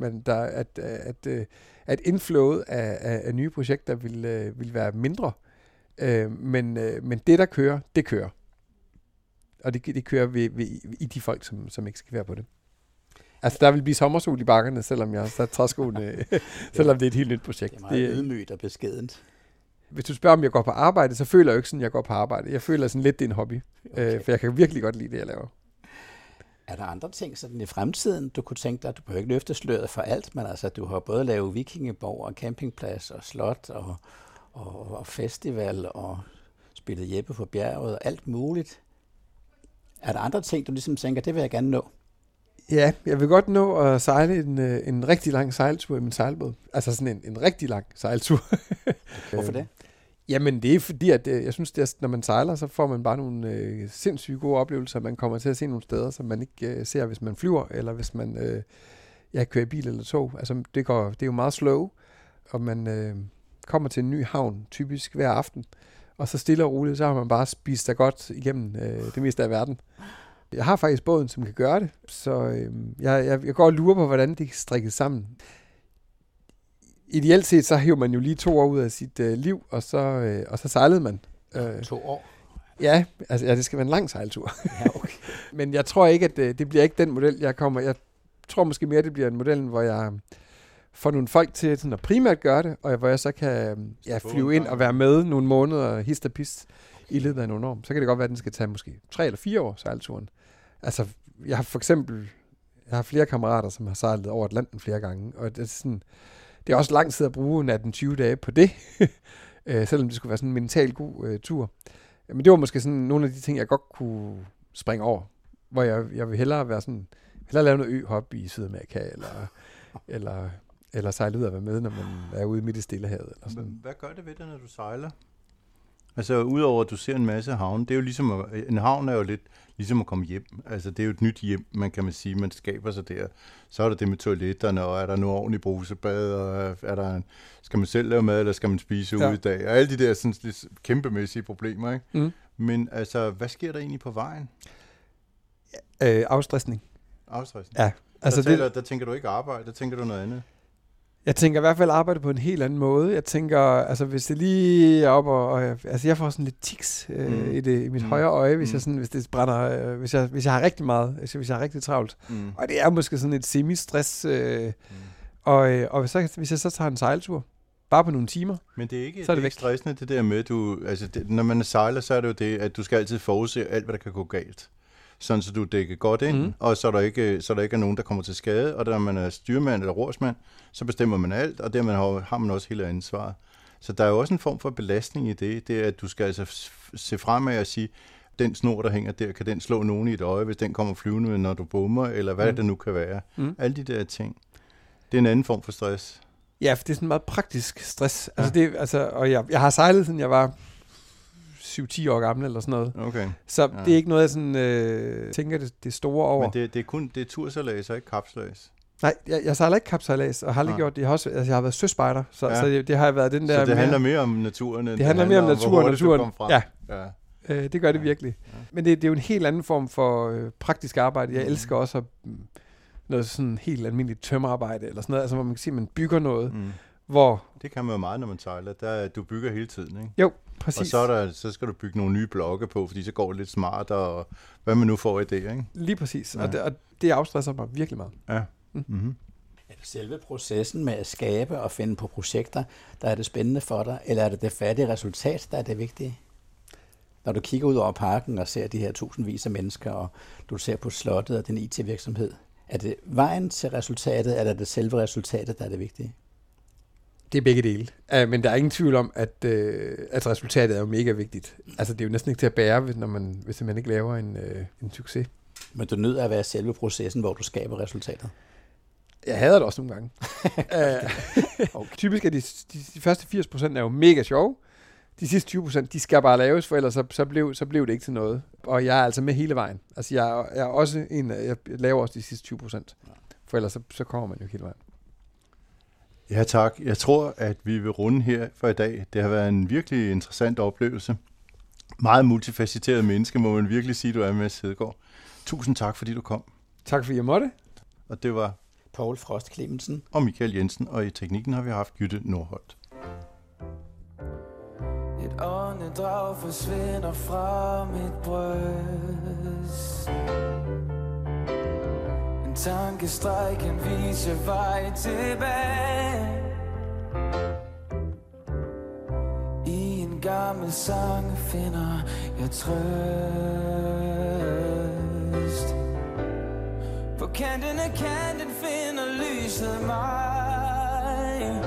at indflowet af nye projekter vil være mindre. Men det, der kører, det kører. Og det kører i de folk, som eksekverer på det. Altså, der vil blive sommersol i bakkerne, selvom jeg har sat træskoene, selvom det er et helt nyt projekt. Det er meget ydmygt og beskedent. Hvis du spørger, om jeg går på arbejde, så føler jeg jo ikke sådan, jeg går på arbejde. Jeg føler sådan lidt, det er en hobby. Okay. For jeg kan virkelig godt lide det, jeg laver. Er der andre ting sådan i fremtiden, du kunne tænke dig? Du behøver ikke løfte sløret for alt, men altså, du har både lavet vikingeborg og campingplads og slot og festival og spillet Jeppe på bjerget og alt muligt. Er der andre ting, du ligesom tænker, det vil jeg gerne nå? Ja, jeg vil godt nå at sejle en rigtig lang sejltur i min sejlbåd. Altså sådan en rigtig lang sejltur. Hvorfor det? Jamen det er fordi, at jeg synes, at når man sejler, så får man bare nogle sindssygt gode oplevelser. Man kommer til at se nogle steder, som man ikke ser, hvis man flyver, eller hvis man kører i bil eller tog. Altså det er jo meget slow, og man kommer til en ny havn, typisk hver aften. Og så stille og roligt, så har man bare spist sig godt igennem det meste af verden. Jeg har faktisk båden, som kan gøre det, så jeg går og lurer på, hvordan det er strikket sammen. Ideelt set, så hiver man jo lige 2 år ud af sit liv, og så sejlede man. 2 år? Ja, altså det skal være en lang sejltur. Ja, okay. Men jeg tror ikke, at det bliver ikke den model, jeg kommer. Jeg tror måske mere, det bliver en model, hvor jeg får nogle folk til sådan at primært gøre det, og hvor jeg så kan flyve ind og være med nogle måneder, hist og pist, i løbet af nogle år. Så kan det godt være, at den skal tage måske 3 eller 4 år, sejlturen. Altså, jeg har for eksempel flere kammerater, som har sejlet over Atlanten flere gange, og det er også lang tid at bruge 18-20 dage på det, selvom det skulle være sådan en mentalt god tur. Men det var måske sådan nogle af de ting, jeg godt kunne springe over, hvor jeg vil hellere lave noget øhop i Sydamerika, eller sejle ud og være med, når man er ude midt i Stillehavet. Eller sådan. Hvad gør det ved dig, når du sejler? Altså, udover at du ser en masse havne, det er jo ligesom, en havn er jo lidt ligesom at komme hjem. Altså, det er jo et nyt hjem, man sige, man skaber sig der. Så er der det med toiletterne, og er der noget ordentligt brusebad, og skal man selv lave mad, eller skal man spise ude i dag? Og alle de der sådan, lidt kæmpemæssige problemer, ikke? Mm. Men altså, hvad sker der egentlig på vejen? Afstressning. Afstressning? Ja. Altså, der tænker du ikke arbejde, der tænker du noget andet? Jeg tænker i hvert fald arbejde på en helt anden måde. Jeg tænker, altså hvis det lige er op altså jeg får sådan lidt tics i mit højre øje, hvis det brænder, hvis jeg har rigtig meget, hvis jeg har rigtig travlt. Og det er måske sådan et semi-stress, og hvis jeg så tager en sejltur, bare på nogle timer, men det er ikke, så er det væk. Stressende, det der med, når man sejler, så er det jo det, at du skal altid forudse alt, hvad der kan gå galt. Sådan, så du dækker godt ind, og så der ikke er nogen, der kommer til skade, og når man er styrmand eller rorsmand, så bestemmer man alt, og dermed har man også hele ansvaret. Så der er jo også en form for belastning i det er, at du skal altså se fremad og sige, den snor, der hænger der, kan den slå nogen i et øje, hvis den kommer flyvende, når du bommer, eller hvad det nu kan være. Alle de der ting. Det er en anden form for stress. Ja, for det er sådan meget praktisk stress. Altså, og jeg har sejlet, siden jeg var 7-10 år gammel eller sådan noget. Okay. Så det er ikke noget, jeg sådan, tænker det store over. Men det er tursejlads og ikke kapsejlads? Nej, jeg sejler ikke kapsejlads, og har aldrig gjort det. Jeg har været søspejder, så det har været den der... Så det handler mere om naturen, end det handler mere om naturen. Ja. Det gør det virkelig. Ja. Men det er jo en helt anden form for praktisk arbejde. Jeg elsker også noget sådan helt almindeligt tømmerarbejde, eller sådan noget, altså hvor man kan sige, at man bygger noget, hvor... Det kan man jo meget, når man sejler. Du bygger hele tiden, ikke? Jo, præcis. Og så skal du bygge nogle nye blokke på, fordi så går det lidt smartere, og hvad man nu får i det, ikke? Lige præcis. Ja. Og det afstresser mig virkelig meget. Ja. Mm-hmm. Er det selve processen med at skabe og finde på projekter, der er det spændende for dig, eller er det færdige resultat, der er det vigtige? Når du kigger ud over parken og ser de her tusindvis af mennesker, og du ser på slottet og den IT-virksomhed, er det vejen til resultatet, eller er det selve resultatet, der er det vigtige? Det er begge dele. Men der er ingen tvivl om, at resultatet er jo mega vigtigt. Altså, det er jo næsten ikke til at bære, hvis man ikke laver en succes. Men du nødt at være selve processen, hvor du skaber resultatet? Jeg hader det også nogle gange. Okay. Typisk er de første 80% er jo mega sjove. De sidste 20%, de skal bare laves, for ellers så blev det ikke til noget. Og jeg er altså med hele vejen. Altså, jeg er også jeg laver også de sidste 20%. For ellers så kommer man jo hele vejen. Ja, tak. Jeg tror, at vi vil runde her for i dag. Det har været en virkelig interessant oplevelse. Meget multifacetteret menneske, må man virkelig sige, du er med, Hedegaard. Tusind tak, fordi du kom. Tak, fordi jeg måtte. Og det var Poul Frost Clemmensen og Michael Jensen, og i teknikken har vi haft Jytte Nordholt. Et åndedrag forsvinder fra mit bryst. En tankestreg kan vise vej tilbage. I en gammel sang finder jeg trøst. På kanten af kanten finder lyset mig.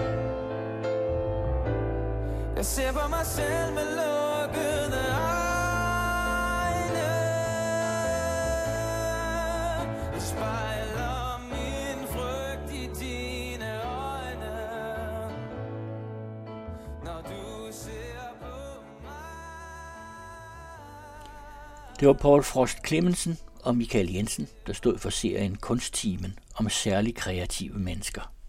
Jeg ser på mig selv med lukkede øjne. Jeg spejler min frygt i dine øjne. Når du ser på mig. Det var Poul Frost Clemmensen og Michael Jensen, der stod for serien Kunsttimen om særligt kreative mennesker.